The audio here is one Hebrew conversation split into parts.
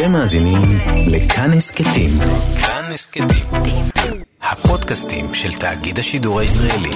אתם מאזינים לכאן הסכתים. כאן הסכתים, הפודקאסטים של תאגיד השידור הישראלי.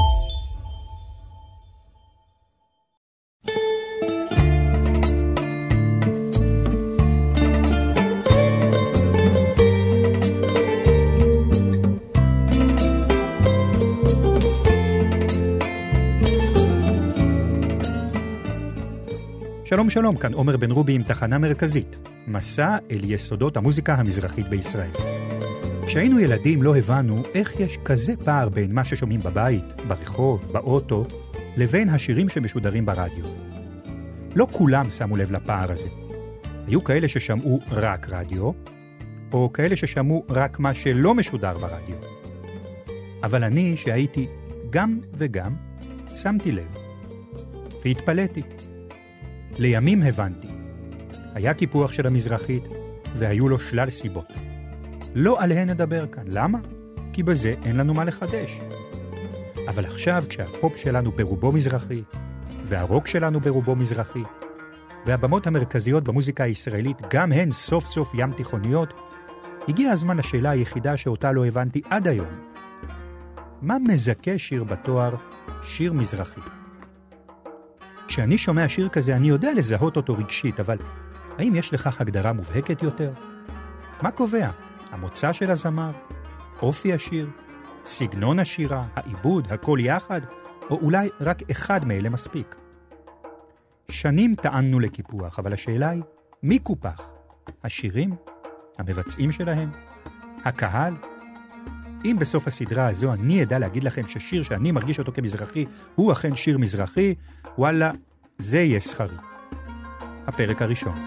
שלום שלום, כאן עומר בן רובי עם תחנה מרכזית, מסע אל יסודות המוזיקה המזרחית בישראל. כשהיינו ילדים לא הבנו איך יש כזה פער בין מה ששומעים בבית, ברחוב, באוטו, לבין השירים שמשודרים ברדיו. לא כולם שמו לב לפער הזה. היו כאלה ששמעו רק רדיו, או כאלה ששמעו רק מה שלא משודר ברדיו. אבל אני, שהייתי גם וגם, שמתי לב. והתפלאתי. לימים הבנתי. היה קיפוח של המזרחית, והיו לו שלל סיבות. לא עליהן נדבר כאן. למה? כי בזה אין לנו מה לחדש. אבל עכשיו, כשהפופ שלנו ברובו מזרחי, והרוק שלנו ברובו מזרחי, והבמות המרכזיות במוזיקה הישראלית גם הן סוף סוף ים תיכוניות, הגיע הזמן לשאלה היחידה שאותה לא הבנתי עד היום. מה מזכה שיר בתואר שיר מזרחי? כשאני שומע שיר כזה, אני יודע לזהות אותו רגשית, אבל האם יש לכך הגדרה מובהקת יותר? מה קובע? המוצא של הזמר? אופי השיר? סגנון השירה? העיבוד? הכל יחד? או אולי רק אחד מאלה מספיק? שנים טענו לקיפוח, אבל השאלה היא, מי קופח? השירים? המבצעים שלהם? הקהל? אם בסוף הסדרה הזו אני ידע להגיד לכם ששיר שאני מרגיש אותו כמזרחי הוא אכן שיר מזרחי, וואלה, זה יהיה שכרי. הפרק הראשון.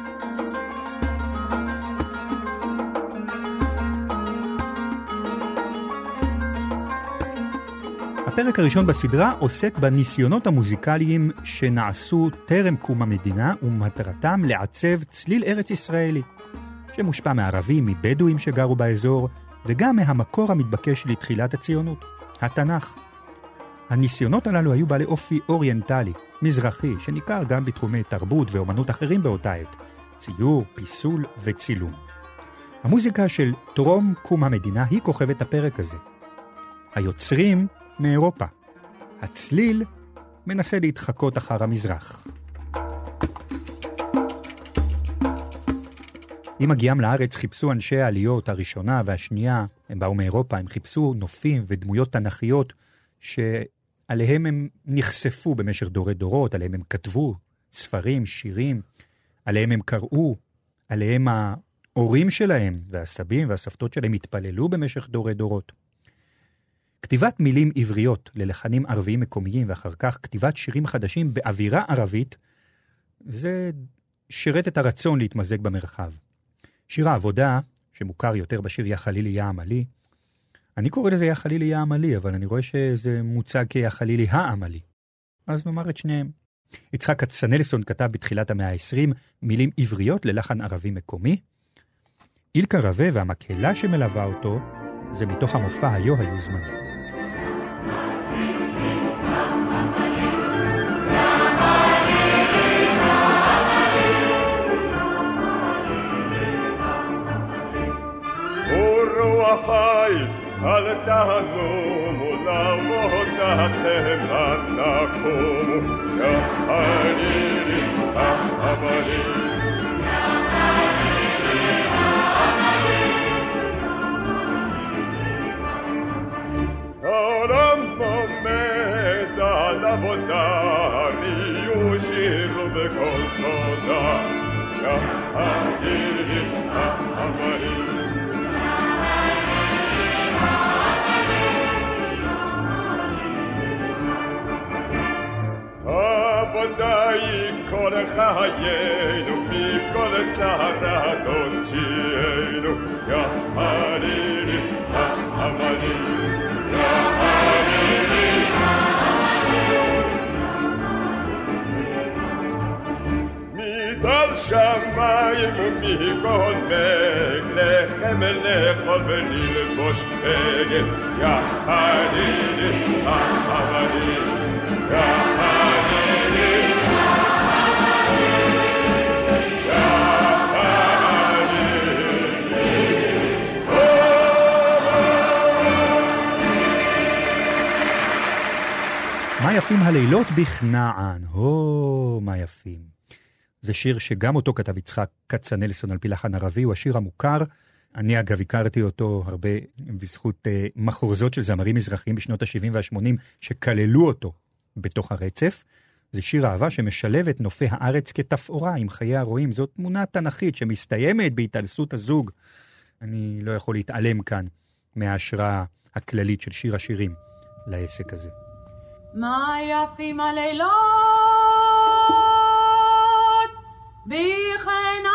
הפרק הראשון בסדרה עוסק בניסיונות המוזיקליים שנעשו טרם קום המדינה ומטרתם לעצב צליל ארץ ישראלי, שמושפע מערבים, מבדואים שגרו באזור, וגם מהמקור המתבקש לתחילת הציונות, התנ"ך. הניסיונות הללו היו בעלי אופי אוריינטלי, מזרחי, שניכר גם בתחומי תרבות ואומנות אחרים באותה עת, ציור, פיסול וצילום. המוזיקה של טרום קום המדינה היא כוכבת הפרק הזה. היוצרים מאירופה. הצליל מנסה להתחקות אחר המזרח. עם הגיעם לארץ חיפשו אנשי העליות הראשונה והשנייה, הם באו מאירופה, הם חיפשו נופים ודמויות תנכיות שעליהם הם נחשפו במשך דורי דורות, עליהם הם כתבו ספרים, שירים, עליהם הם קראו, עליהם ההורים שלהם והסבים והסבתות שלהם התפללו במשך דורי דורות. כתיבת מילים עבריות ללחנים ערביים מקומיים ואחר כך כתיבת שירים חדשים באווירה ערבית, זה שירת את הרצון להתמזג במרחב. שיר העבודה, שמוכר יותר בשיר יא חלילי יא עמלי, אני קורא לזה יא חלילי יא עמלי, אבל אני רואה שזה מוצג כיא חלילי העמלי. אז נאמר את שניהם. יצחק כצנלסון כתב בתחילת המאה ה-20 מילים עבריות ללחן ערבי מקומי. אילקה רווה והמקהלה שמלווה אותו, זה מתוך המופע היו זמנים. אל תהנומו לעבודתכם ותקומו יא חלילי העמלי העולם עומד על עבודה ויושירו בכל תודה יא חלילי העמלי עבודאי כל חיינו מכל צרה תוציאנו יא חלילי העמלי יא חלילי מדל שמיים ומכל מג לחם לאכול וללבוש בגד יא חלילי העמלי יא חלילי יא חלילי יפים הלילות בכנען, מה יפים. זה שיר שגם אותו כתב יצחק כצנלסון על פי לחן ערבי, הוא השיר המוכר. אני אגב הכרתי אותו הרבה בזכות מחורזות של זמרים מזרחיים בשנות ה-70 וה-80 שכללו אותו בתוך הרצף. זה שיר אהבה שמשלב את נופי הארץ כתפאורה עם חיי הרועים. זאת תמונה תנכית שמסתיימת בהתעלסות הזוג. אני לא יכול להתעלם כאן מההשראה הכללית של שיר השירים לעסק הזה. מה יפים הלילות בכנען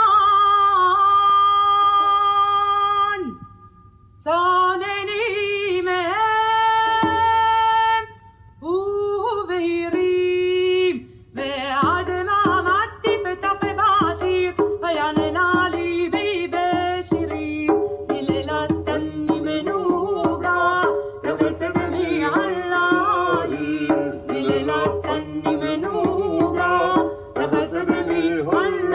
צוננים הם ובהירים ועד מעמד תפתח בשיר ויננה ליבי בשירים היללת תני מנוגה רחצת מעלי היללת תני מנוגה רחצת מעלי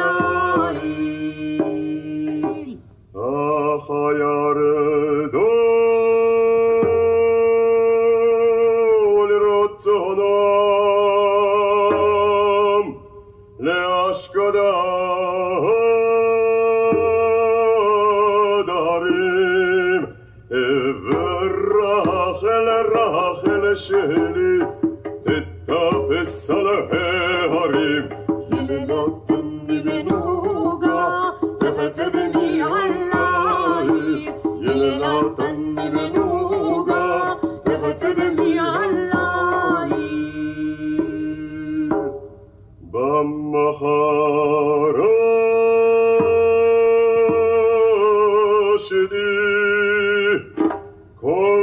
שלי תטפס על ההרים היללות תני מנוגה תחצת מעלי היללות תני מנוגה תחצת מעלי במחרה שלי כל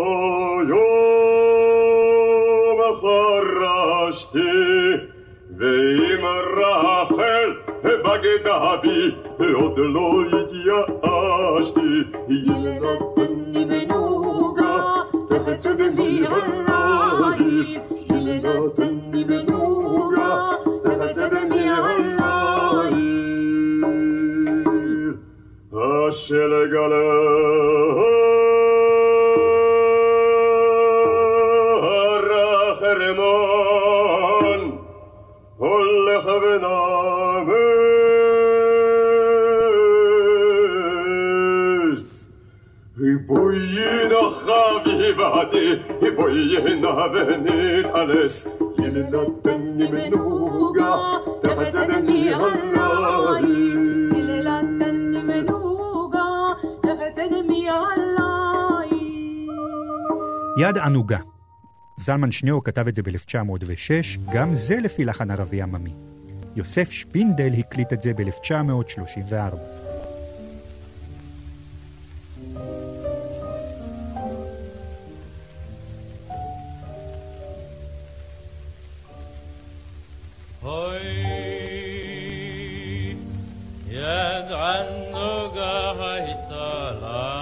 ואם רחל בגדה בי עוד לא התייאשתי ילדת תני מנוגה תחצת מעלי ילדת תני מנוגה תחצת מעלי השלג על הרחרמון הולך ונמס בואי חביבתי בואי נא ונתעלס ילדת תני מנוגה תחצת מעלי ילדת תני מנוגה תחצת מעלי יד ענוגה. זלמן שניאור כתב את זה ב-1906, גם זה לפי לחן ערבי עממי. יוסף שפינדל הקליט את זה ב-1934. יד ענוגה הייתה לה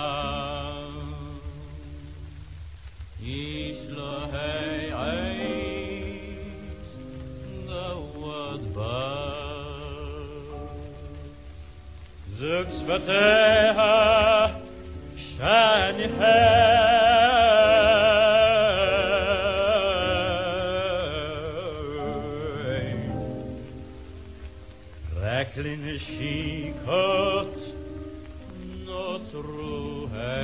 זוג שפתיה שניחי רק לנשיקות נותרו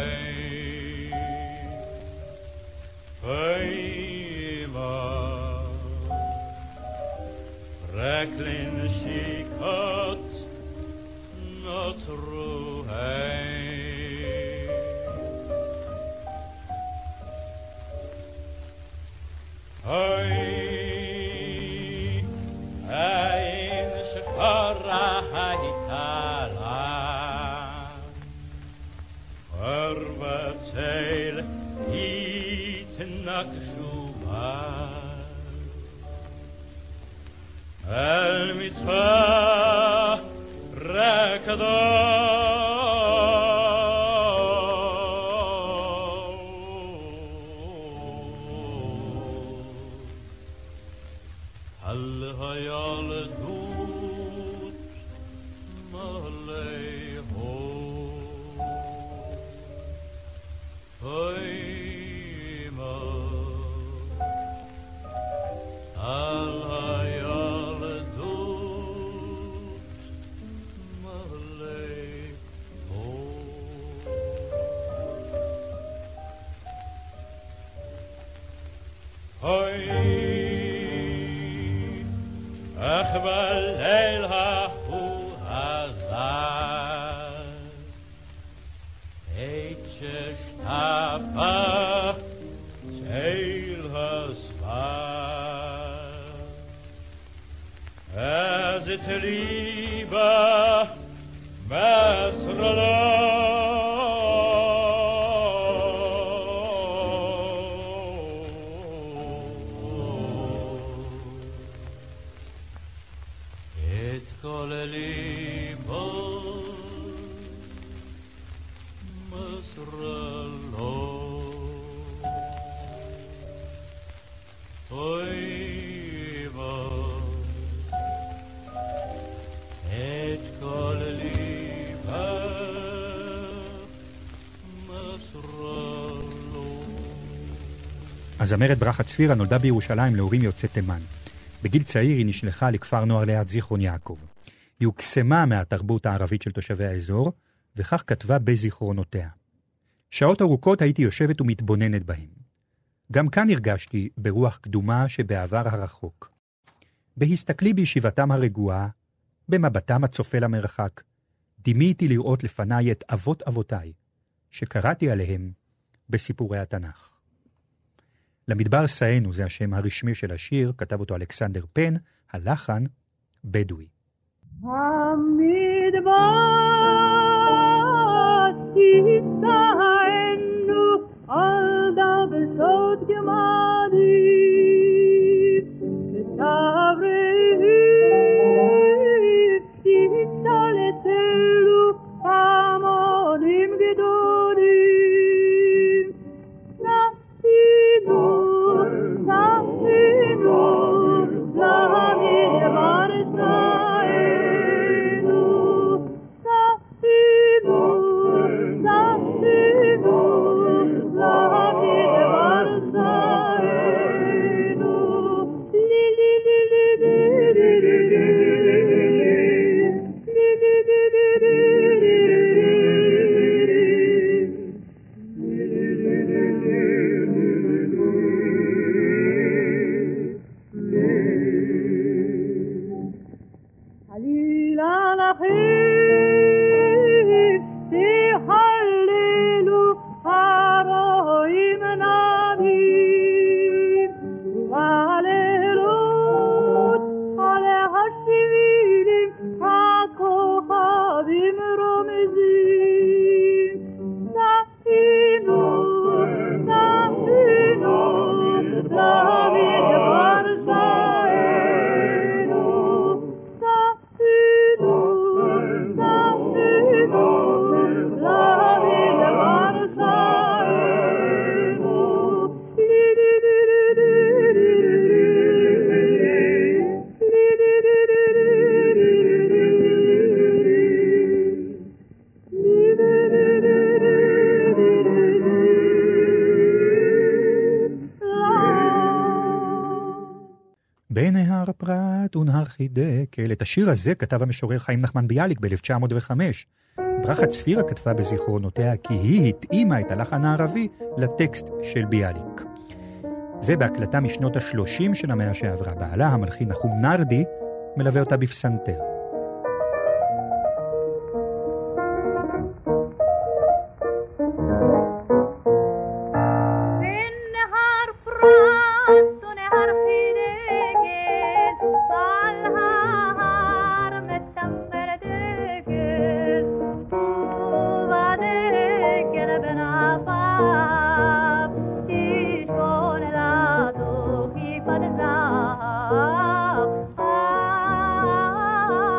פיימה רק לנשיקות נותרו אין שחרה הייתה לה ובצל התנגשו בה על מצווה רקדו על הילדות מלא אור פיימה אוי, אך בליל ההוא הזר, עת ששטפה צל הסבר, אז את ליבה מסרלה, הזמרת ברכה צפירה נולדה בירושלים להורים יוצאי תימן. בגיל צעיר היא נשלחה לכפר נוער ליד זיכרון יעקב. היא הוקסמה מהתרבות הערבית של תושבי האזור, וכך כתבה בזיכרונותיה. שעות ארוכות הייתי יושבת ומתבוננת בהם. גם כאן הרגשתי ברוח קדומה שבעבר הרחוק. בהסתכלי בישיבתם הרגועה, במבטם הצופה למרחק, דימיתי לראות לפניי את אבות אבותיי, שקראתי עליהם בסיפורי התנ"ך. למדבר סענו, זה השם הרשמי של השיר, כתב אותו אלכסנדר פן, הלחן בדואי. המדבר תסענו על דבשות גמדים, ותבראים תצלצלו פעמונים גדולים. נסינו למדבר סענו, בנהר פרת ונהר חידקל. את השיר הזה כתב המשורר חיים נחמן ביאליק ב-1905. ברכה צפירה כתבה בזיכרונותיה כי היא התאימה את הלחן הערבי לטקסט של ביאליק. זה בהקלטה משנות ה-30 של המאה שעברה. בעלה, המלחין נחום נרדי, מלווה אותה בפסנתר. Ah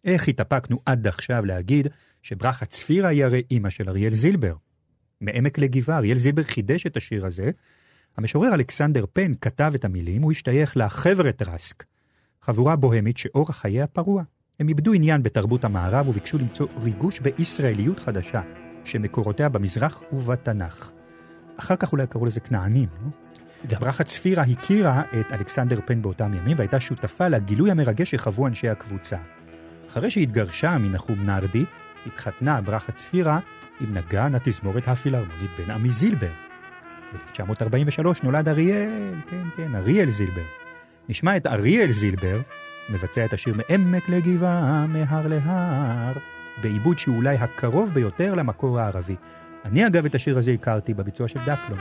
איך התאפקנו עד עכשיו להגיד שברכה צפירה היא הרי אמא של אריאל זילבר? מעמק לגבעה, אריאל זילבר חידש את השיר הזה. המשורר אלכסנדר פן כתב את המילים, הוא השתייך לחברת רסק, חבורה בוהמית שאורח חייה פרוע. הם איבדו עניין בתרבות המערב וביקשו למצוא ריגוש בישראליות חדשה, שמקורותיה במזרח ובתנ"ך. אחר כך אולי קראו לזה כנענים, לא? ברכה צפירה הכירה את אלכסנדר פן באותם ימים, והייתה שותפה לגילוי המרגש שחוו אנשי הקבוצה. אחרי שהתגרשה מנחום נרדי, התחתנה ברכה צפירה עם נגן התזמורת הפילהרמונית בן עמי זילבר. ב-1943 נולד אריאל, כן, אריאל זילבר. נשמע את אריאל זילבר מבצע את השיר מעמק לגבעה, מהר להר, בעיבוד שאולי הקרוב ביותר למקור הערבי. אני אגב את השיר הזה הכרתי בביצוע של דקלון.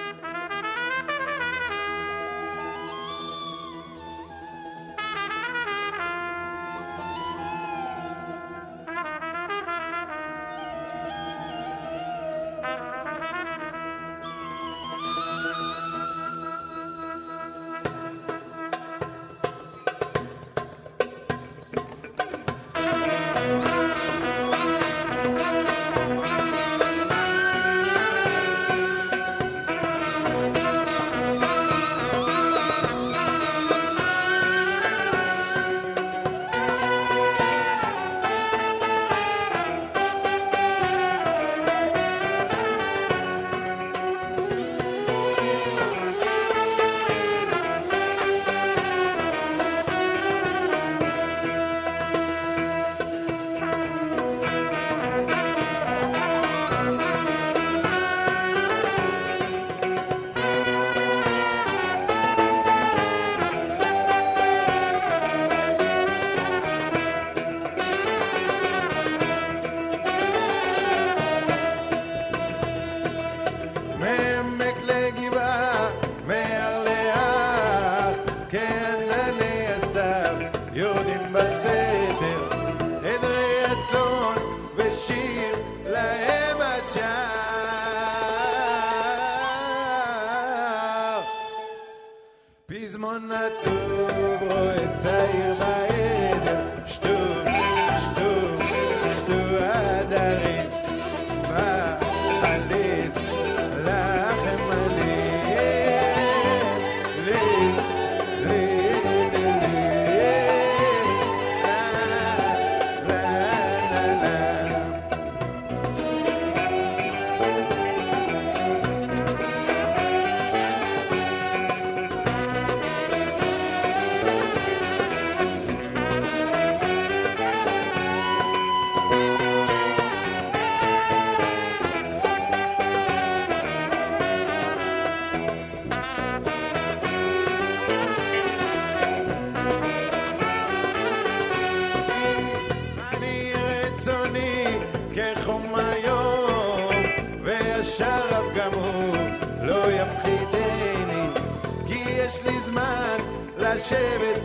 לשבת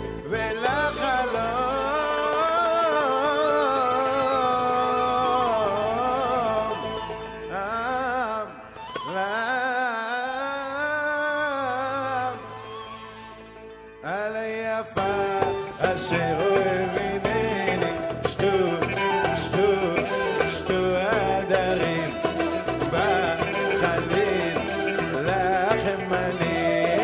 ולחלום על היפה אשר אוהבינני שתו שתו שתו הדרים בחליל לכם אני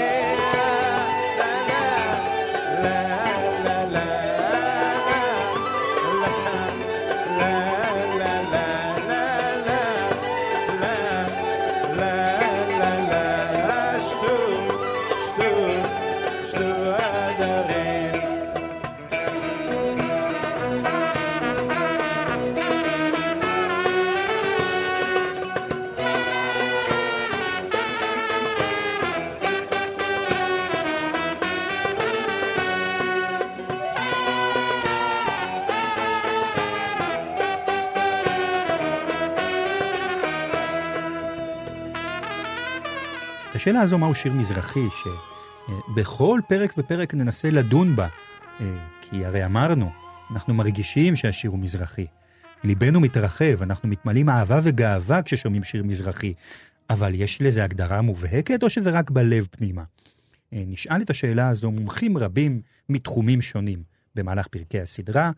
השאלה הזו מהו שיר מזרחי, שבכל פרק ופרק ננסה לדון בה, כי הרי אמרנו, אנחנו מרגישים שהשיר הוא מזרחי. ליבנו מתרחב, אנחנו מתמלאים אהבה וגאווה כששומעים שיר מזרחי, אבל יש לזה הגדרה מובהקת או שזה רק בלב פנימה? נשאל את השאלה הזו מומחים רבים מתחומים שונים במהלך פרקי הסדרה,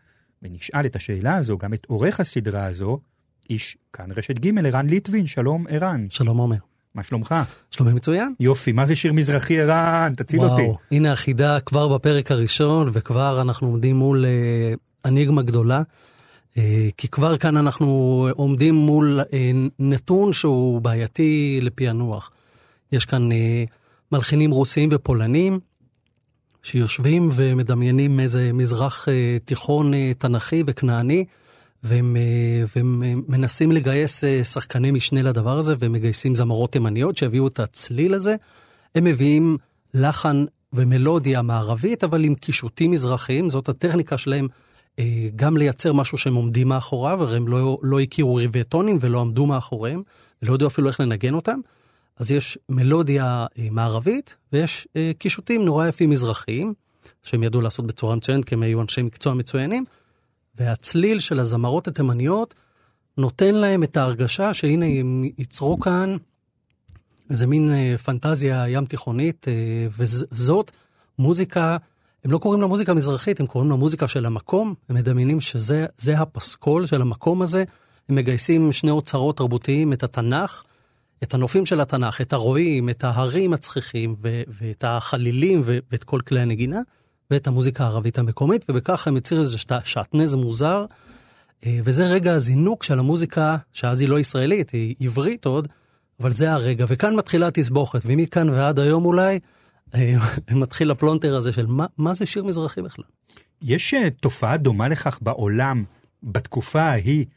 ונשאל את השאלה הזו גם את עורך הסדרה הזו, איש כאן רשת ג' ערן ליטבין. שלום ערן. שלום עומר. מה שלומך? שלומי מצוין. יופי, מה זה שיר מזרחי ערן? תציל אותי. הנה החידה כבר בפרק הראשון, וכבר אנחנו עומדים מול אניגמה גדולה, כי כבר כאן אנחנו עומדים מול נתון שהוא בעייתי לפענוח. יש כאן מלחינים רוסיים ופולנים, שיושבים ומדמיינים איזה מזרח תיכון תנכי וכנעני, והם מנסים לגייס שחקני משנה לדבר הזה, והם מגייסים זמרות תימניות שהביאו את הצליל הזה. הם מביאים לחן ומלודיה מערבית, אבל עם קישוטים מזרחיים. זאת הטכניקה שלהם גם לייצר משהו שהם עומדים מאחוריו, הרי הם לא הכירו ריבטונים ולא עמדו מאחוריהם, ולא יודעו אפילו איך לנגן אותם. אז יש מלודיה מערבית, ויש קישוטים נורא יפים מזרחיים, שהם ידעו לעשות בצורה מצוינת, כי הם היו אנשי מקצוע מצוינים, והצליל של הזמרות התימניות נותן להם את ההרגשה שהנה הם ייצרו כאן איזה מין פנטזיה ים תיכונית, וזאת מוזיקה, הם לא קוראים לה מוזיקה מזרחית, הם קוראים לה מוזיקה של המקום, הם מדמיינים שזה הפסקול של המקום הזה, הם מגייסים שני אוצרות תרבותיים, את התנ"ך, את הנופים של התנ"ך, את הרועים, את ההרים הצחיחים, ואת החלילים, ואת כל כלי הנגינה, ואת המוזיקה הערבית המקומית, ובכך הם יצירו איזה שעטנז מוזר, וזה רגע הזינוק של המוזיקה, שאז היא לא ישראלית, היא עברית עוד, אבל זה הרגע, וכאן מתחילה תסבוכת, ומכאן ועד היום אולי, מתחיל הפלונטר הזה של מה זה שיר מזרחי בכלל. יש תופעה דומה לכך בעולם, בתקופה ההיא,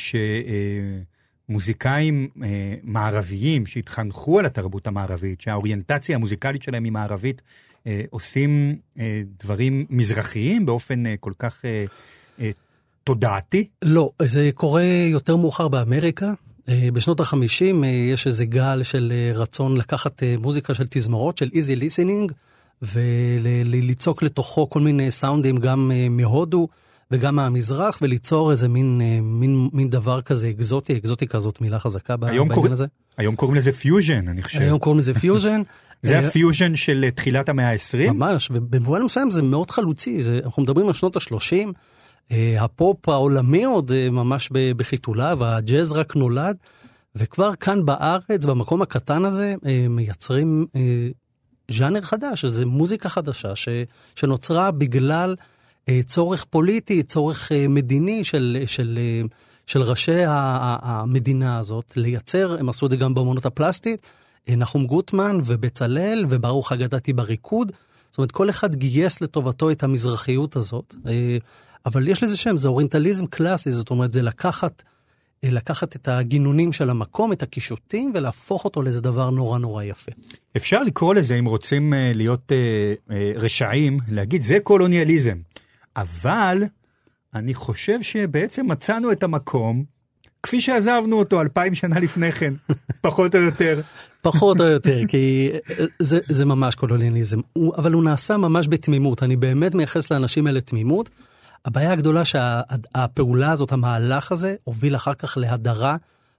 מוזיקאים מערביים שהתחנכו על התרבות המערבית, שהאוריינטציה המוזיקלית שלהם היא מערבית, עושים דברים מזרחיים באופן כל כך תודעתי? לא, זה קורה יותר מאוחר באמריקה. בשנות ה-50 יש איזה גל של רצון לקחת מוזיקה של תזמורות, של easy listening, וליצוק לתוכו כל מיני סאונדים גם מהודו, וגם מהמזרח, וליצור איזה מין דבר כזה אקזוטי, אקזוטיקה זאת מילה חזקה בעניין הזה. היום קוראים לזה פיוז'ן, אני חושב. היום קוראים לזה פיוז'ן. זה הפיוז'ן של תחילת המאה ה-20? ממש, ובמובן מסוים זה מאוד חלוצי, אנחנו מדברים על שנות ה-30, הפופ העולמי עוד ממש בחיתולה, והג'אז רק נולד, וכבר כאן בארץ, במקום הקטן הזה, מייצרים ז'אנר חדש, איזו מוזיקה חדשה, שנוצרה בגלל צורך פוליטי, צורך מדיני של ראשי המדינה הזאת, לייצר, הם עשו את זה גם באמנות הפלסטית, נחום גוטמן ובצלאל וברוך אגדתי בריקוד, זאת אומרת, כל אחד גייס לטובתו את המזרחיות הזאת, אבל יש לזה שם, זה אוריינטליזם קלאסי, זאת אומרת, זה לקחת את הגינונים של המקום, את הקישוטים, ולהפוך אותו לאיזה דבר נורא נורא יפה. אפשר לקרוא לזה, אם רוצים להיות רשעים, להגיד, זה קולוניאליזם. אבל אני חושב שבעצם מצאנו את המקום, כפי שעזבנו אותו 2000 שנה לפני כן, פחות או יותר. פחות או יותר, כי זה ממש קולוניאליזם, אבל הוא נעשה ממש בתמימות, אני באמת מייחס לאנשים האלה תמימות, הבעיה הגדולה שהפעולה הזאת, המהלך הזה, הוביל אחר כך להדרה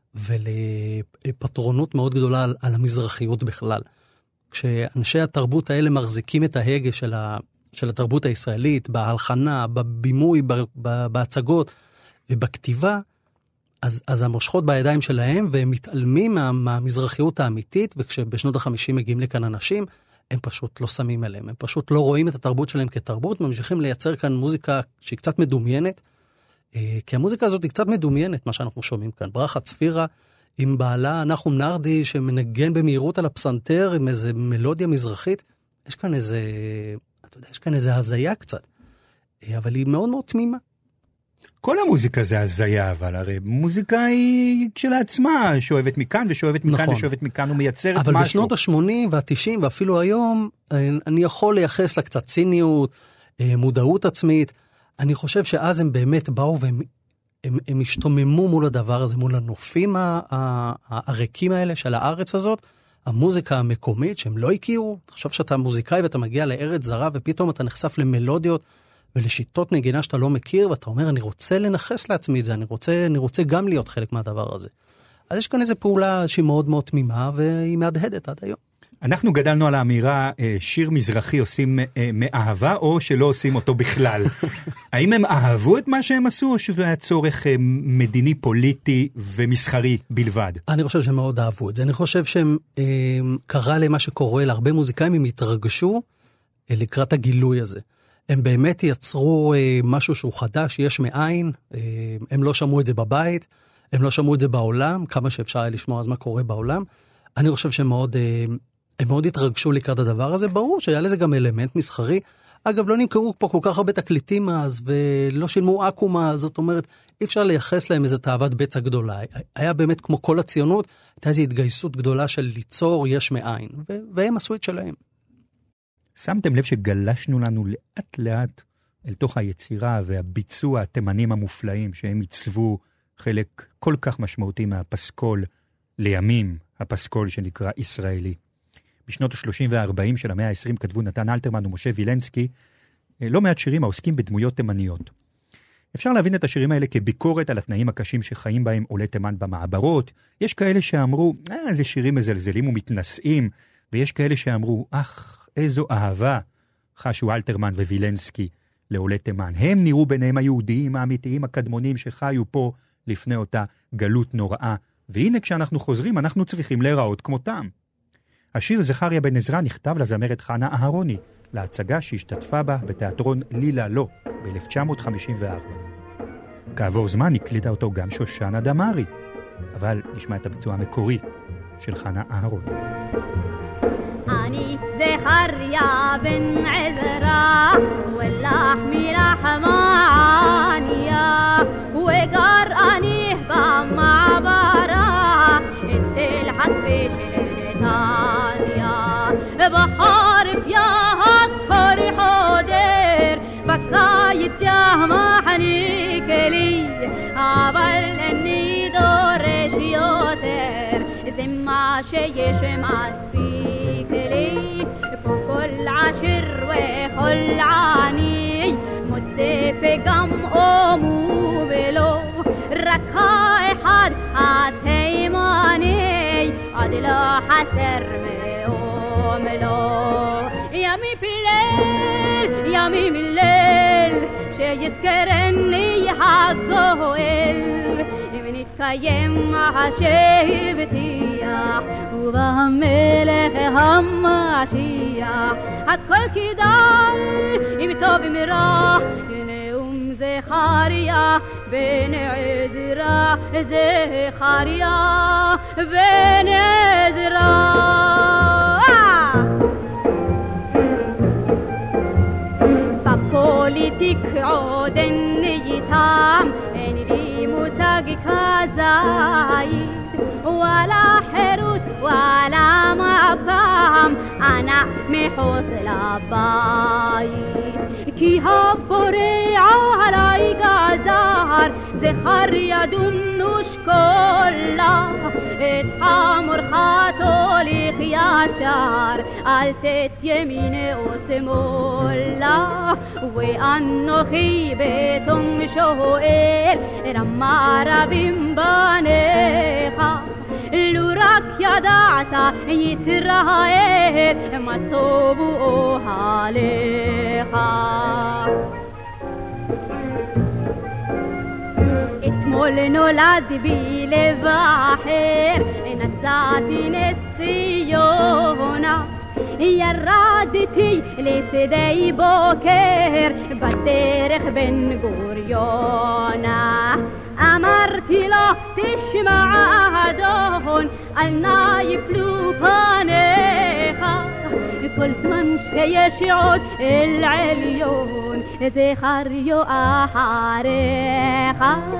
ולפטרונות מאוד גדולה על המזרחיות בכלל. כשאנשי התרבות האלה מחזיקים את ההגה של התרבות הישראלית, בהלחנה, בבימוי, בהצגות ובכתיבה, אז המושכות בידיים שלהם, והם מתעלמים מהמזרחיות האמיתית, וכשבשנות ה-50 מגיעים לכאן אנשים, הם פשוט לא שמים עליהם, הם פשוט לא רואים את התרבות שלהם כתרבות, ממשיכים לייצר כאן מוזיקה שהיא קצת מדומיינת, כי המוזיקה הזאת היא קצת מדומיינת, מה שאנחנו שומעים כאן. ברכה צפירה עם בעלה נחום נרדי, שמנגן במהירות על הפסנתר, עם איזה מלודיה מזרחית, יש כאן איזה, אתה יודע, יש כאן איזה הזיה קצת, אבל היא מאוד מאוד תמימה. כל המוזיקה זה הזיה, אבל הרי מוזיקה היא כשלעצמה, שואבת מכאן ושואבת מכאן ושואבת מכאן ומייצרת משהו. אבל בשנות ה-80 וה-90 ואפילו היום, אני יכול לייחס לה קצת ציניות, מודעות עצמית. אני חושב שאז הם באמת באו והם השתוממו מול הדבר הזה, מול הנופים הריקים האלה של הארץ הזאת, המוזיקה המקומית שהם לא הכירו. תחשוב שאתה מוזיקאי ואתה מגיע לארץ זרה ופתאום אתה נחשף למלודיות, ולשיטות נגינה שאתה לא מכיר, ואתה אומר, אני רוצה לנחס לעצמי את זה, אני רוצה גם להיות חלק מהדבר הזה. אז יש כאן איזו פעולה שהיא מאוד מאוד תמימה, והיא מהדהדת עד היום. אנחנו גדלנו על האמירה, שיר מזרחי עושים מאהבה, או שלא עושים אותו בכלל. האם הם אהבו את מה שהם עשו, או שזה היה צורך מדיני, פוליטי ומסחרי בלבד? אני חושב שהם מאוד אהבו את זה. אני חושב שהם קרה למה שקורה להרבה מוזיקאים, הם התרגשו לקראת הגילוי הזה. הם באמת יצרו משהו שהוא חדש, יש מאין, הם לא שמעו את זה בבית, הם לא שמעו את זה בעולם, כמה שאפשר היה לשמוע אז מה קורה בעולם. אני חושב שהם מאוד התרגשו לקראת הדבר הזה, ברור שהיה לזה גם אלמנט מסחרי. אגב, לא נמכרו פה כל כך הרבה תקליטים אז, ולא שילמו אקומה, זאת אומרת, אי אפשר לייחס להם איזו תאוות בצע גדולה. היה באמת כמו כל הציונות, הייתה איזו התגייסות גדולה של ליצור יש מאין, והם עשו את שלהם. שמתם לב שגלשנו לנו לאט לאט אל תוך היצירה והביצוע התימנים המופלאים, שהם עיצבו חלק כל כך משמעותי מהפסקול לימים, הפסקול שנקרא ישראלי. בשנות ה-30 וה-40 של המאה ה-20 כתבו נתן אלתרמן ומשה וילנסקי לא מעט שירים העוסקים בדמויות תימניות. אפשר להבין את השירים האלה כביקורת על התנאים הקשים שחיים בהם עולי תימן במעברות. יש כאלה שאמרו, זה שירים מזלזלים ומתנשאים, ויש כאלה שאמרו, איזו אהבה חשו אלתרמן ווילנסקי לעולי תימן. הם נראו ביניהם היהודיים האמיתיים הקדמונים שחיו פה לפני אותה גלות נוראה, והנה כשאנחנו חוזרים אנחנו צריכים להיראות כמותם. השיר זכריה בן עזרא נכתב לזמרת חנה אהרוני, להצגה שהשתתפה בה בתיאטרון לילה לא ב-1954. כעבור זמן הקליטה אותו גם שושנה דמארי, אבל נשמע את הביצוע המקורי של חנה אהרוני. אני זכריה בן עזרא ולחמי לחמניה וגר אני במעברה אצל חטפי של נתניה בחורף יהקר חודר בקיץ יחניק לי אבל אני דורש יותר זה מה שיש מספיק לי פה כל עשיר וכל עני מודה וגם אומו ולא רק האחד התימני עד לא חסר מאום לו ימי פלל ימי מלל שיזכרני הגואל אם נתקיים השבטיח ובמלך המשיח הכל כדאי אם טוב אם רע נאום זכריה בן עזרא זכריה בן עזרא בפוליטיק עוד אין איתם אין לי מושג כזית ولا حروت ولا مفهم أنا محوس لبايت كي هبوري علي غزار زخر يدنوش كلا اتحمر خاتوليخ ياشار قلتت يمين وسمولا وأنخي بيتم شوئل رما ربين بانيخا לו רק ידעת ישראל מה טובו אוהליך אתמול נולד בי לב אחר נסעתי נס ציונה ירדתי לשדה בוקר בדרך בן גוריונה אמרתי לו תשמע אדון אל נא יפלו פניך כל זמן שיש עוד אל עליון זכריו אחריך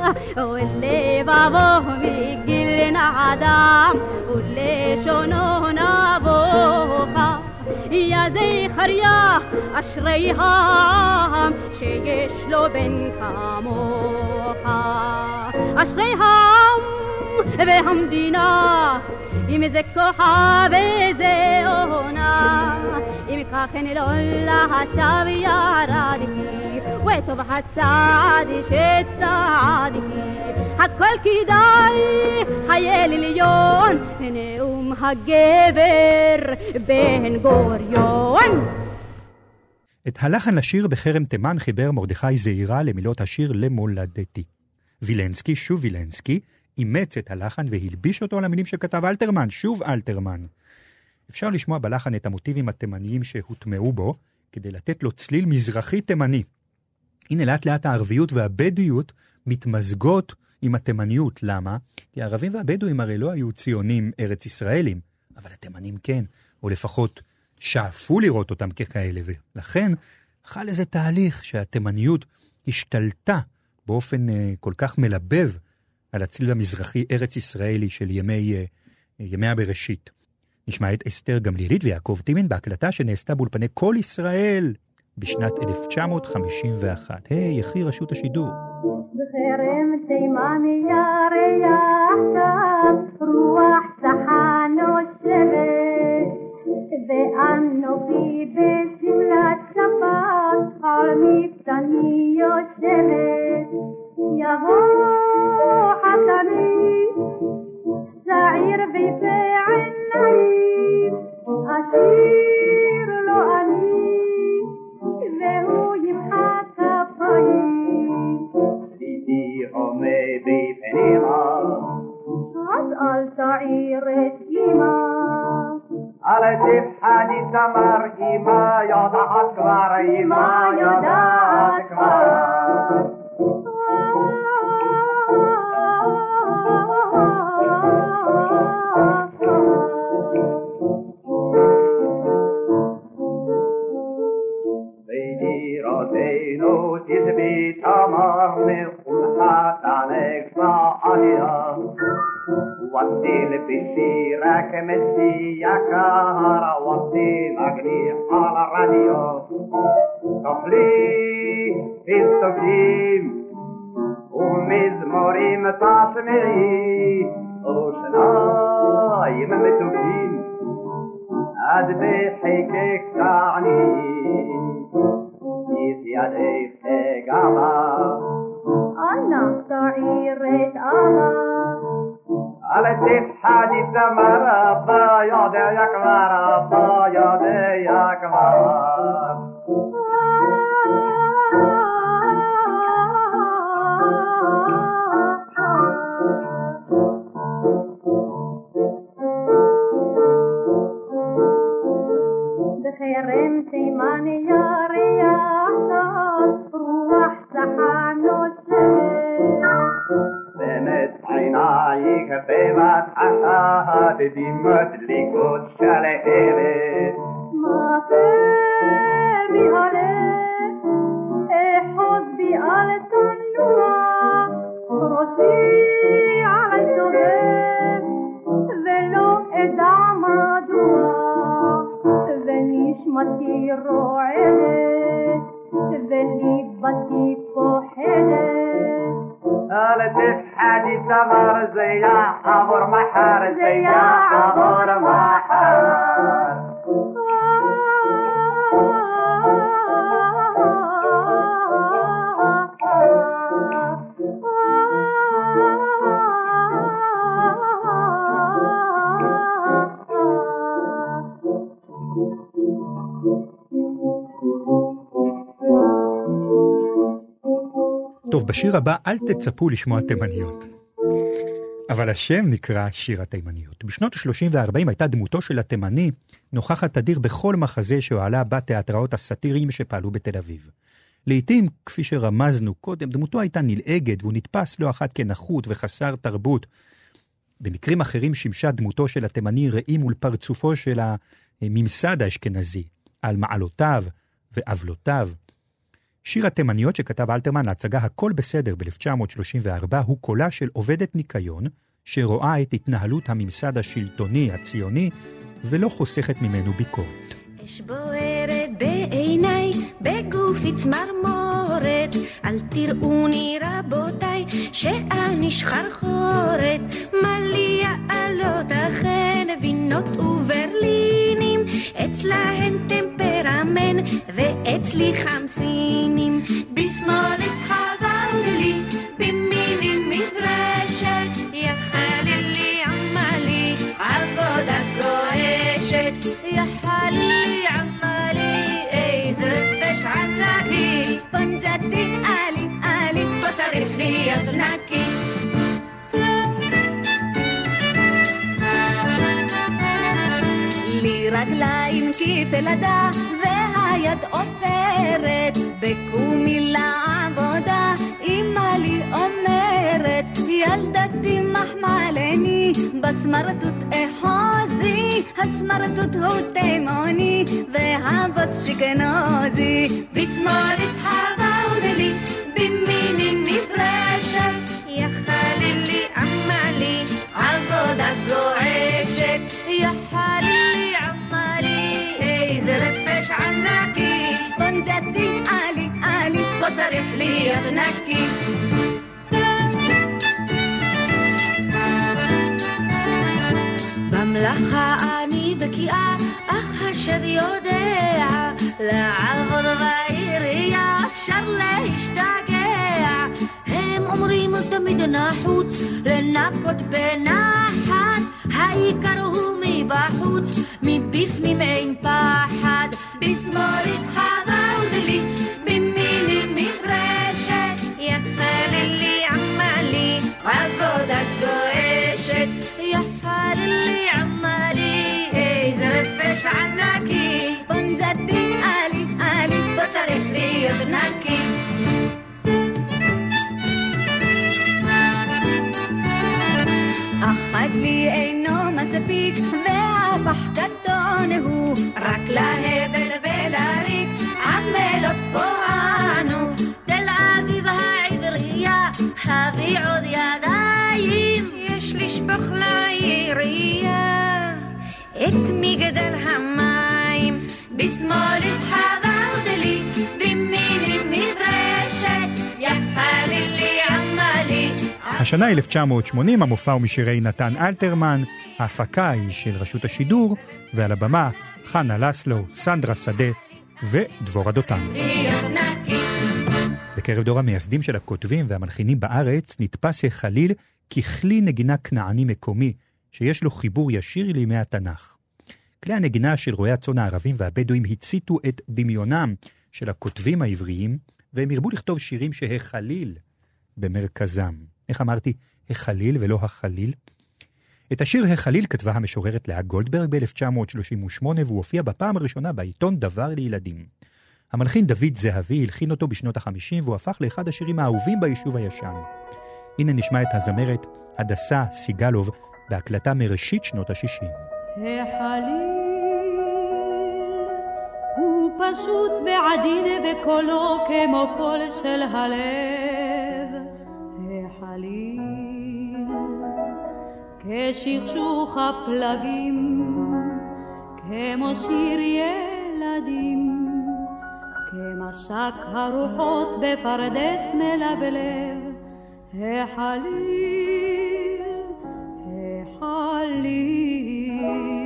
ולבבו מגיל נעדם ולשונו נבוך יא זכריה אשרי העם שיש לו בן כמוך אשרי העם והמדינה אם זה כוחה וזה עונה אם ככן לא להשב ירדתי וטוב הצעד שצעדתי הכל אבל כדאי חייל עליון נאום הגבר בן גוריון. את הלחן לשיר בחרם תימן חיבר מרדכי זעירה למילות השיר למולדתי. וילנסקי, שוב וילנסקי, אימץ את הלחן והלביש אותו על המילים שכתב אלתרמן, שוב אלתרמן. אפשר לשמוע בלחן את המוטיבים התימניים שהוטמעו בו, כדי לתת לו צליל מזרחי תימני. הנה לאט לאט הערביות והבדואיות מתמזגות עם התימניות. למה? כי הערבים והבדואים הרי לא היו ציונים ארץ ישראלים, אבל התימנים כן, או לפחות שאפו לראות אותם ככאלה, ולכן חל איזה תהליך שהתימניות השתלטה באופן כל כך מלבב על הצליל המזרחי ארץ ישראלי של ימי הבראשית. נשמע את אסתר גמליאלית ויעקב טימן בהקלטה שנעשתה באולפני כל ישראל בשנת 1951. יחי רשות השידור. בחרם תימן ירח טוב, רוח צחה נושבת, ואנוכי בשמלת שבת על מפתני יושבת. יבוא חתני צעיר ויפה עיניים, אשיר לו אני והוא ימחא כפיים. צידי עומד בפנימה, אז אל תעיר את אמא, אל תפחדי תמר, אמא יודעת כבר, אמא יודעת כבר. בידירותינו תזבי תמר מחולת הנגפה עליה, ותיל בשירה כמסיע קהר, ותיל אגניח על הרדיו. תאכלי פיסטוקים ומזמורים תשמעי, ושניים מתוקים עד בחיקק תעני. ידייך גבה, אנא תעיר את אבא, אל תפחדי תמר, אבא יודע כבר, אבא יודע כבר. בחרם תימן ירח טוב, רוח צחה נושבת, שמת עינייך בבת אחת, מדליקות שלהבת. מכה בי הלב, אחוז בי על תנוע, ראשי עלי סובב, ולא אדע מדוע, ונשמתי רועדת, וליבתי פוחדת. אל תפחדי תמר, זה יעבור מחר, זה יעבור מחר. טוב, בשיר הבא אל תצפו לשמוע תימניות. אבל השם נקרא שיר התימניות. בשנות ה-30 וה-40 הייתה דמותו של התימני נוכחת תדיר בכל מחזה שהועלה בתיאטראות הסאטיריים שפעלו בתל אביב. לעתים, כפי שרמזנו קודם, דמותו הייתה נלעגת והוא נתפס לא אחת כנחות וחסר תרבות. במקרים אחרים שימשה דמותו של התימני ראי מול פרצופו של הממסד האשכנזי, על מעלותיו ועוולותיו. שיר התימניות שכתב אלתרמן להצגה הכל בסדר ב-1934 הוא קולה של עובדת ניקיון שרואה את התנהלות הממסד השלטוני הציוני ולא חוסכת ממנו ביקורת. אש בוערת בעיניי, בגופי צמרמורת, אל תראוני רבותיי שאני שחרחורת, מלי העלות אכן וינות וברלינים, אצלהן טמפרמן ואצלי חמסינים. בשמאל יש חדנגלי במילים מברשת, ילדה והיד עופרת, בקומי לעבודה אמא לי אומרת, ילדתי מחמלני בסמרטוט אחוזי, הסמרטוט הוא תימוני והבוס שכנוזי, בשמאל יצחבה ודלי במיני מפרשת, יחלילי עמלי עבודה גועשת, יחלילי עמלי איזה רפש ענקי, ספונג'תי עלי פה צריך להיות נקי. במלאכה אני בקיאה, אך השד יודע, לעבוד בעירייה אפשר להשתגע. הם אומרים תמיד נחוץ לנקות בנחת, העיקר הוא מבחוץ, מבפנים אין פחד. בשמאל יסחבה ודלי במיני מברשת, יחלילי עמלי עבודה גועשת, יחלילי עמלי איזה רפש ענקי, ספונג'תי עלי פה צריך להיות נקי. אחד לי אינו מספיק והפח קטון הוא, רק להבל ולריק עמלות פוענו. תל אביב העברייה הביא עוד ידיים, יש לשפוך לעירייה את מגדל המים. בשמאל יסחבה ודלי במיני מברשת, יחלילי עמלי. השנה 1980, המופע הוא משירי נתן אלתרמן, ההפקה היא של רשות השידור, ועל הבמה חנה לסלו, סנדרה שדה ודבורה דותן. בקרב דור המייסדים של הכותבים והמלחינים בארץ נתפס החליל ככלי נגינה כנעני מקומי, שיש לו חיבור ישיר לימי התנ"ך. כלי הנגינה של רועי הצאן הערבים והבדואים הציתו את דמיונם של הכותבים העבריים, והם הרבו לכתוב שירים שהחליל במרכזם. איך אמרתי החליל ולא החליל? את השיר החליל כתבה המשוררת לאה גולדברג ב-1938, והוא הופיע בפעם הראשונה בעיתון דבר לילדים. המלחין דוד זהבי הלחין אותו בשנות ה-50, והוא הפך לאחד השירים האהובים ביישוב הישן. הנה נשמע את הזמרת הדסה סיגלוב בהקלטה מראשית שנות ה-60. החליל הוא פשוט ועדין בקולו כמו קול של הלב. החליל כשכשוך הפלגים, כמו שיר ילדים, כמשק הרוחות בפרדס מלבלב. החליל, החליל,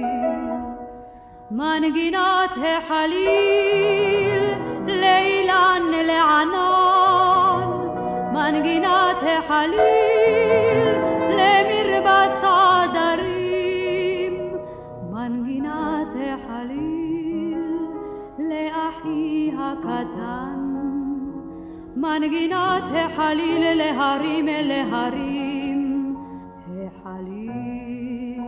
מנגינת החליל לאילן לענן, מנגינת החליל למרבץ עדרים, מנגינת החליל לאחי הקטן, מנגינת החליל להרים להרים. החליל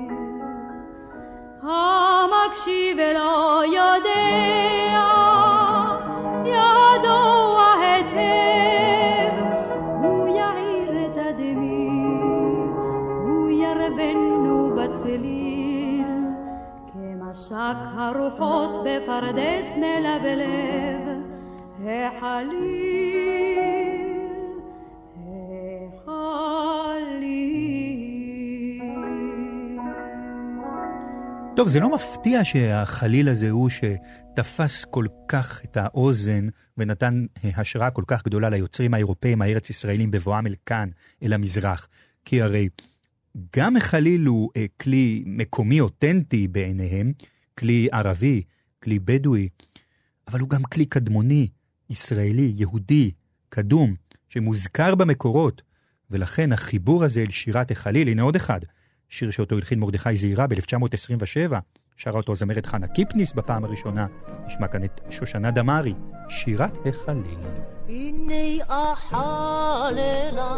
המקשיב לא יודע, ידוע היטב, הוא יעיר את הדמי, הוא ירבנו בצליל, כמשק הרוחות בפרדס מלבלב. החליל, טוב, זה לא מפתיע שהחליל הזה הוא שתפס כל כך את האוזן ונתן השראה כל כך גדולה ליוצרים האירופאים הארץ ישראלים בבואם אל כאן, אל המזרח. כי הרי גם החליל הוא כלי מקומי אותנטי בעיניהם, כלי ערבי, כלי בדואי, אבל הוא גם כלי קדמוני, ישראלי, יהודי, קדום, שמוזכר במקורות, ולכן החיבור הזה אל שירת החליל, הנה עוד אחד, שיר שאותו הלחין מרדכי זעירה ב-1927, שרה אותו זמרת חנה קיפניס בפעם הראשונה, נשמע כאן את שושנה דמארי, שירת החליל. הנה אחללה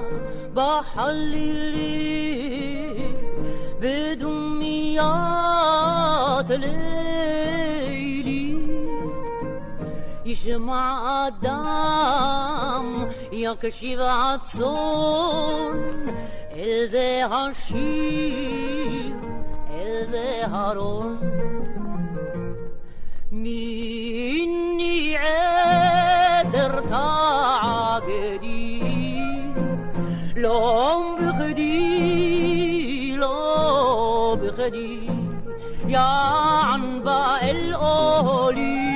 בחלילי בדומיית לילי, ישמע אדם, יקשיב הצאן, אל זה השיר, אל זה הרון. מיני עדר תעגדי, לא בכדי, לא בכדי, יען בא אל אוהלי,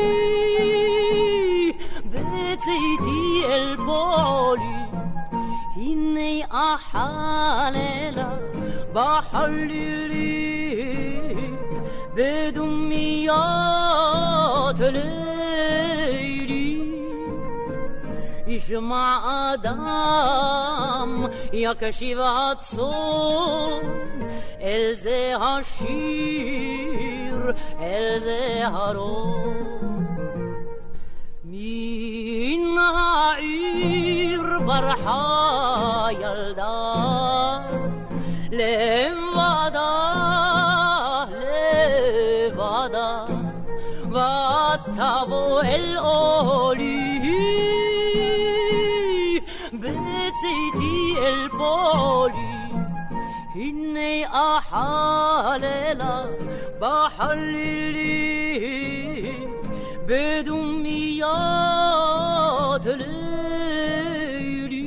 בצאתי אל פועלי, הנה אחללה בחלילי, בדומיות לילי. ישמע אדם, יקשיב הצאן, אל זה השיר, אל זה הרון. מן העיר ברחה ילדה, לבדה, לבדה, ותבוא אל אוהלי, בצאתי אל פועלי, הנה אחללה בחלילי, בדומיות לילי.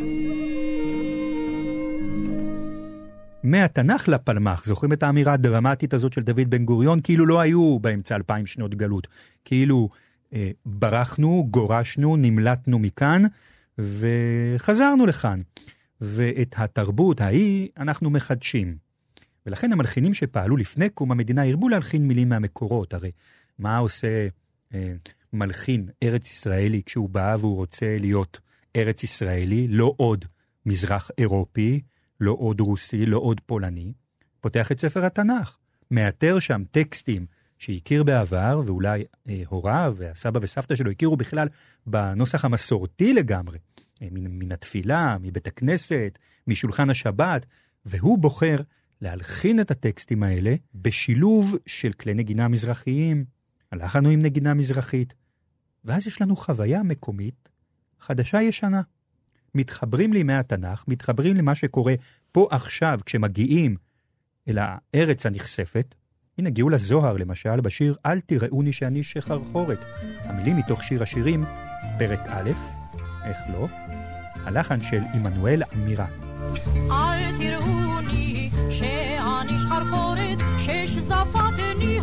מהתנ"ך לפלמ"ח, זוכרים את האמירה הדרמטית הזאת של דוד בן גוריון, כאילו לא היו באמצע 2000 שנות גלות, כאילו ברחנו, גורשנו, נמלטנו מכאן, וחזרנו לכאן. ואת התרבות ההיא אנחנו מחדשים. ולכן המלחינים שפעלו לפני קום המדינה הרבו להלחין מילים מהמקורות. הרי מה עושה מלחין ארץ ישראלי כשהוא בא והוא רוצה להיות ארץ ישראלי, לא עוד מזרח אירופי, לא עוד רוסי, לא עוד פולני? פותח את ספר התנ"ך, מאתר שם טקסטים שהכיר בעבר, ואולי הוריו והסבא וסבתא שלו הכירו בכלל בנוסח המסורתי לגמרי, מן התפילה, מבית הכנסת, משולחן השבת, והוא בוחר להלחין את הטקסטים האלה בשילוב של כלי נגינה מזרחיים. הלחנו עם נגינה מזרחית, ואז יש לנו חוויה מקומית חדשה ישנה. מתחברים לימי התנ"ך, מתחברים למה שקורה פה עכשיו כשמגיעים אל הארץ הנחשפת. הנה הגיעו לזוהר למשל בשיר אל תראוני שאני שחרחורת. המילים מתוך שיר השירים, פרק א', איך לא? הלחן של עמנואל אמירה. אל תראוני שאני שחרחורת ששזפתני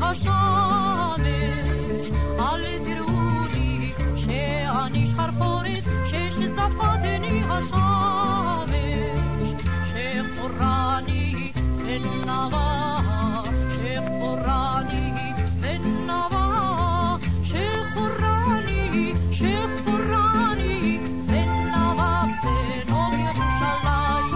השמש, אל תראוני שאני שחרחורת ששזפתני השמש, שחורני ונבה, שחורני ונבה, שחורני, שחורני ונבה בנוב ירושלים.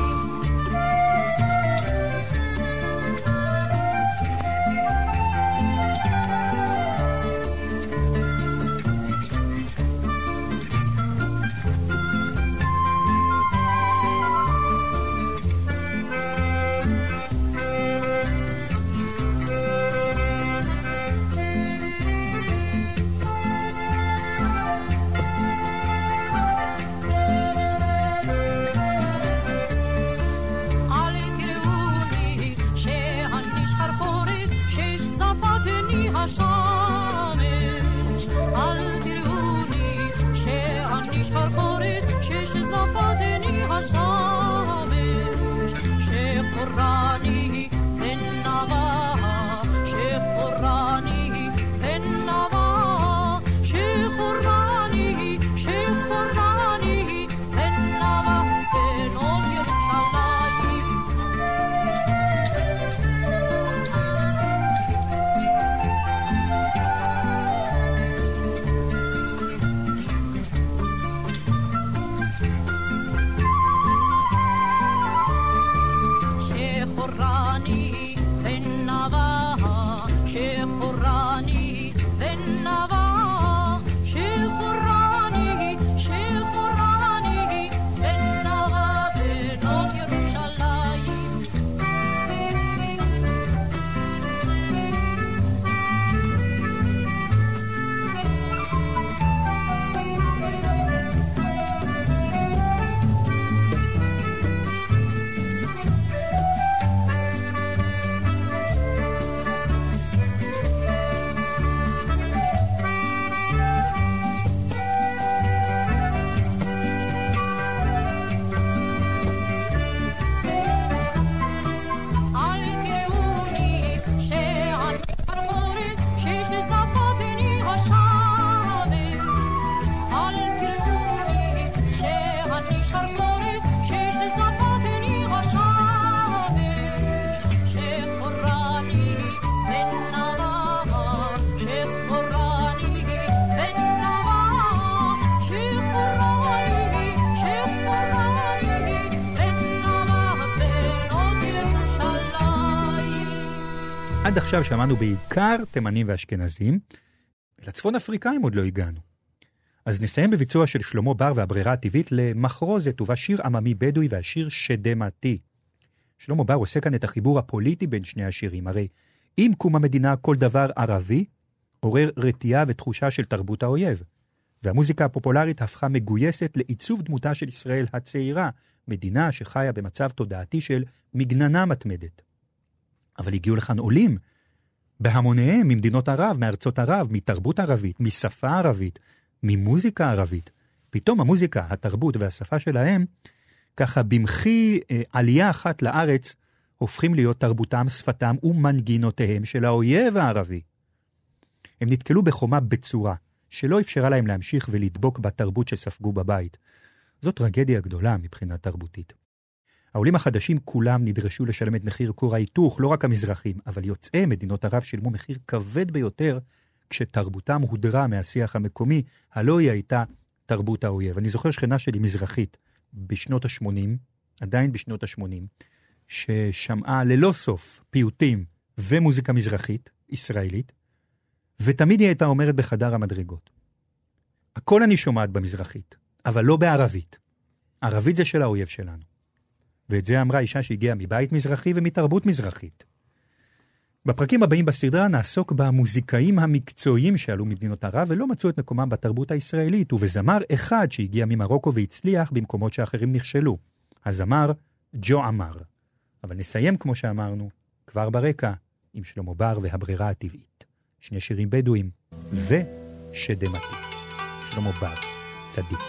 עד עכשיו שמענו בעיקר תימנים ואשכנזים, לצפון אפריקאים עוד לא הגענו. אז נסיים בביצוע של שלמה בר והברירה הטבעית למחרוזת ובה שיר עממי בדואי והשיר שדמתי. שלמה בר עושה כאן את החיבור הפוליטי בין שני השירים, הרי עם קום המדינה כל דבר ערבי עורר רתיעה ותחושה של תרבות האויב, והמוזיקה הפופולרית הפכה מגויסת לעיצוב דמותה של ישראל הצעירה, מדינה שחיה במצב תודעתי של מגננה מתמדת. אבל הגיעו לכאן עולים, בהמוניהם ממדינות ערב, מארצות ערב, מתרבות ערבית, משפה ערבית, ממוזיקה ערבית. פתאום המוזיקה, התרבות והשפה שלהם, ככה במחי עלייה אחת לארץ, הופכים להיות תרבותם, שפתם ומנגינותיהם של האויב הערבי. הם נתקלו בחומה בצורה, שלא אפשרה להם להמשיך ולדבוק בתרבות שספגו בבית. זאת טרגדיה גדולה מבחינה תרבותית. העולים החדשים כולם נדרשו לשלם את מחיר כור ההיתוך, לא רק המזרחים, אבל יוצאי מדינות ערב שילמו מחיר כבד ביותר, כשתרבותם הודרה מהשיח המקומי, הלא היא הייתה תרבות האויב. אני זוכר שכנה שלי מזרחית, בשנות ה-80, עדיין בשנות ה-80, ששמעה ללא סוף פיוטים ומוזיקה מזרחית, ישראלית, ותמיד היא הייתה אומרת בחדר המדרגות. הכל אני שומעת במזרחית, אבל לא בערבית. ערבית זה של האויב שלנו. ואת זה אמרה אישה שהגיעה מבית מזרחי ומתרבות מזרחית. בפרקים הבאים בסדרה נעסוק במוזיקאים המקצועיים שעלו ממדינות ערב ולא מצאו את מקומם בתרבות הישראלית, ובזמר אחד שהגיע ממרוקו והצליח במקומות שאחרים נכשלו. הזמר ג'ו עמר. אבל נסיים כמו שאמרנו, כבר ברקע, עם שלמה בר והברירה הטבעית. שני שירים בדואים ושדמתי. שלמה בר, צדיק.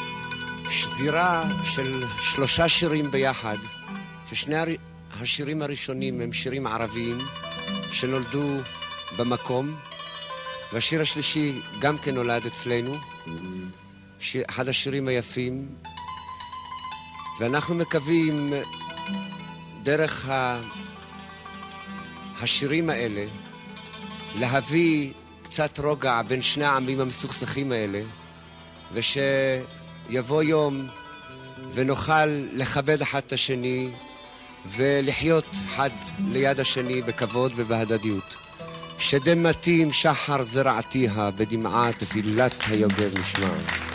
שזירה של 3 שירים ביחד, ששני השירים הראשונים הם שירים ערביים שנולדו במקום, והשיר השלישי גם כן נולד אצלנו, אחד השירים היפים, ואנחנו מקווים דרך השירים האלה להביא קצת רוגע בין שני העמים המסוכסכים האלה, ושיבוא יום ונוכל לכבד אחד את השני ולחיות אחד ליד השני בכבוד ובהדדיות. שדמתי שחר זרעתיה בדמעת תפילת היוגב נשמע.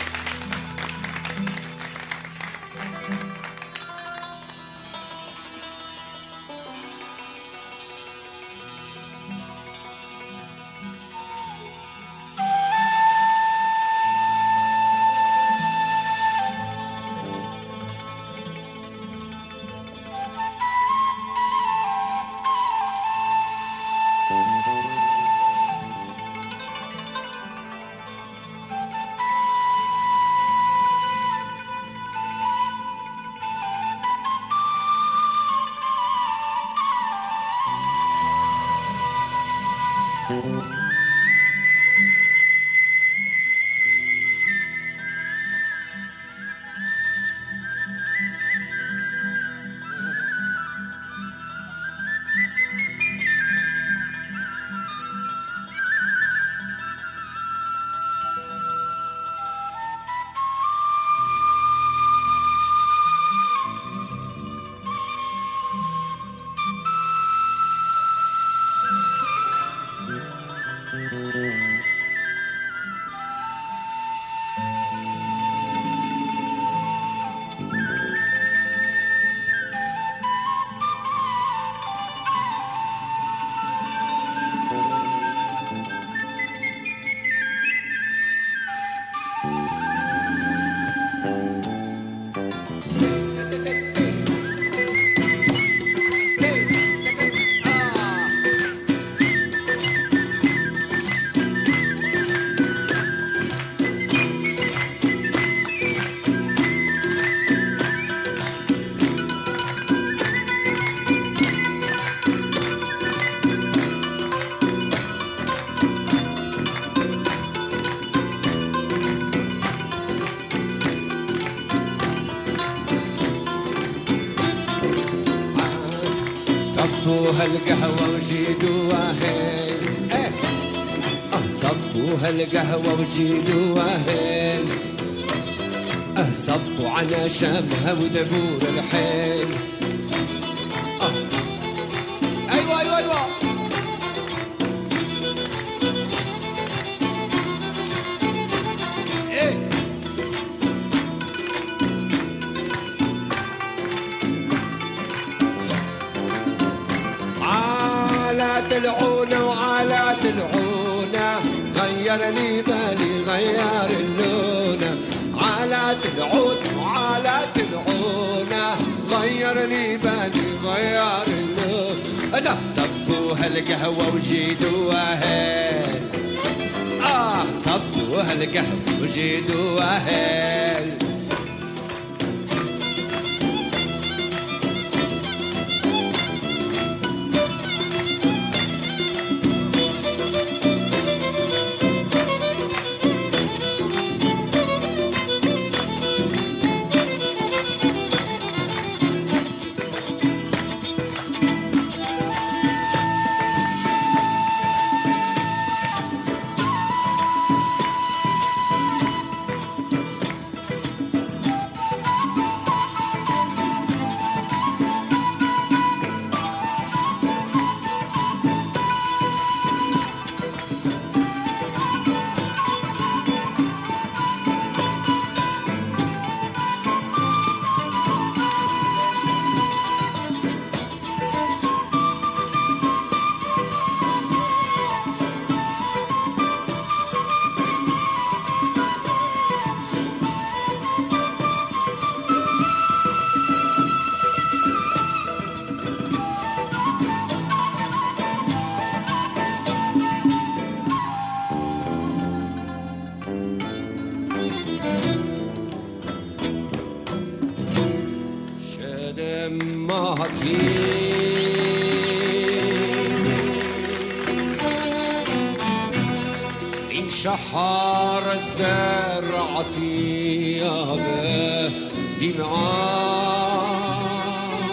صبوها القهوة وجيدوها هيل صبوها القهوة وجيدوها هيل صبوا على شامها ودبور الحيل أيوة أيوة أيوة العونة وعلى العونة غيرني بالي غير اللونة على العونة وعلى العونة غيرني بالي غير اللونة صبوا هالقهوة وجيدوها صبوا هالقهوة وجيدوها شحار الزرعة دمعة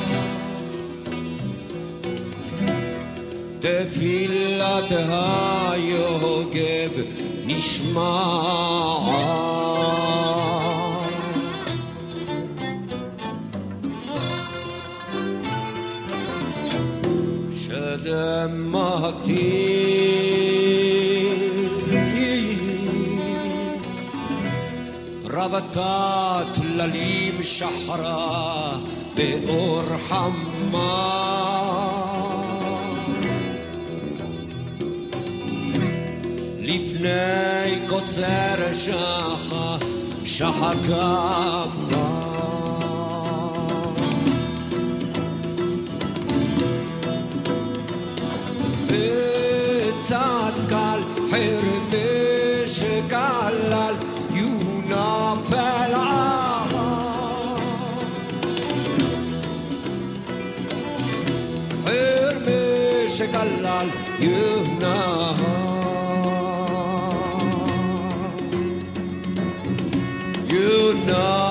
تفيلتها يهجب نشمع شدمتي ربطات لليم الشحرة بأور حمار لفناي قدسر شحا كمار بتسكال حرمش قلال شكلال يهنا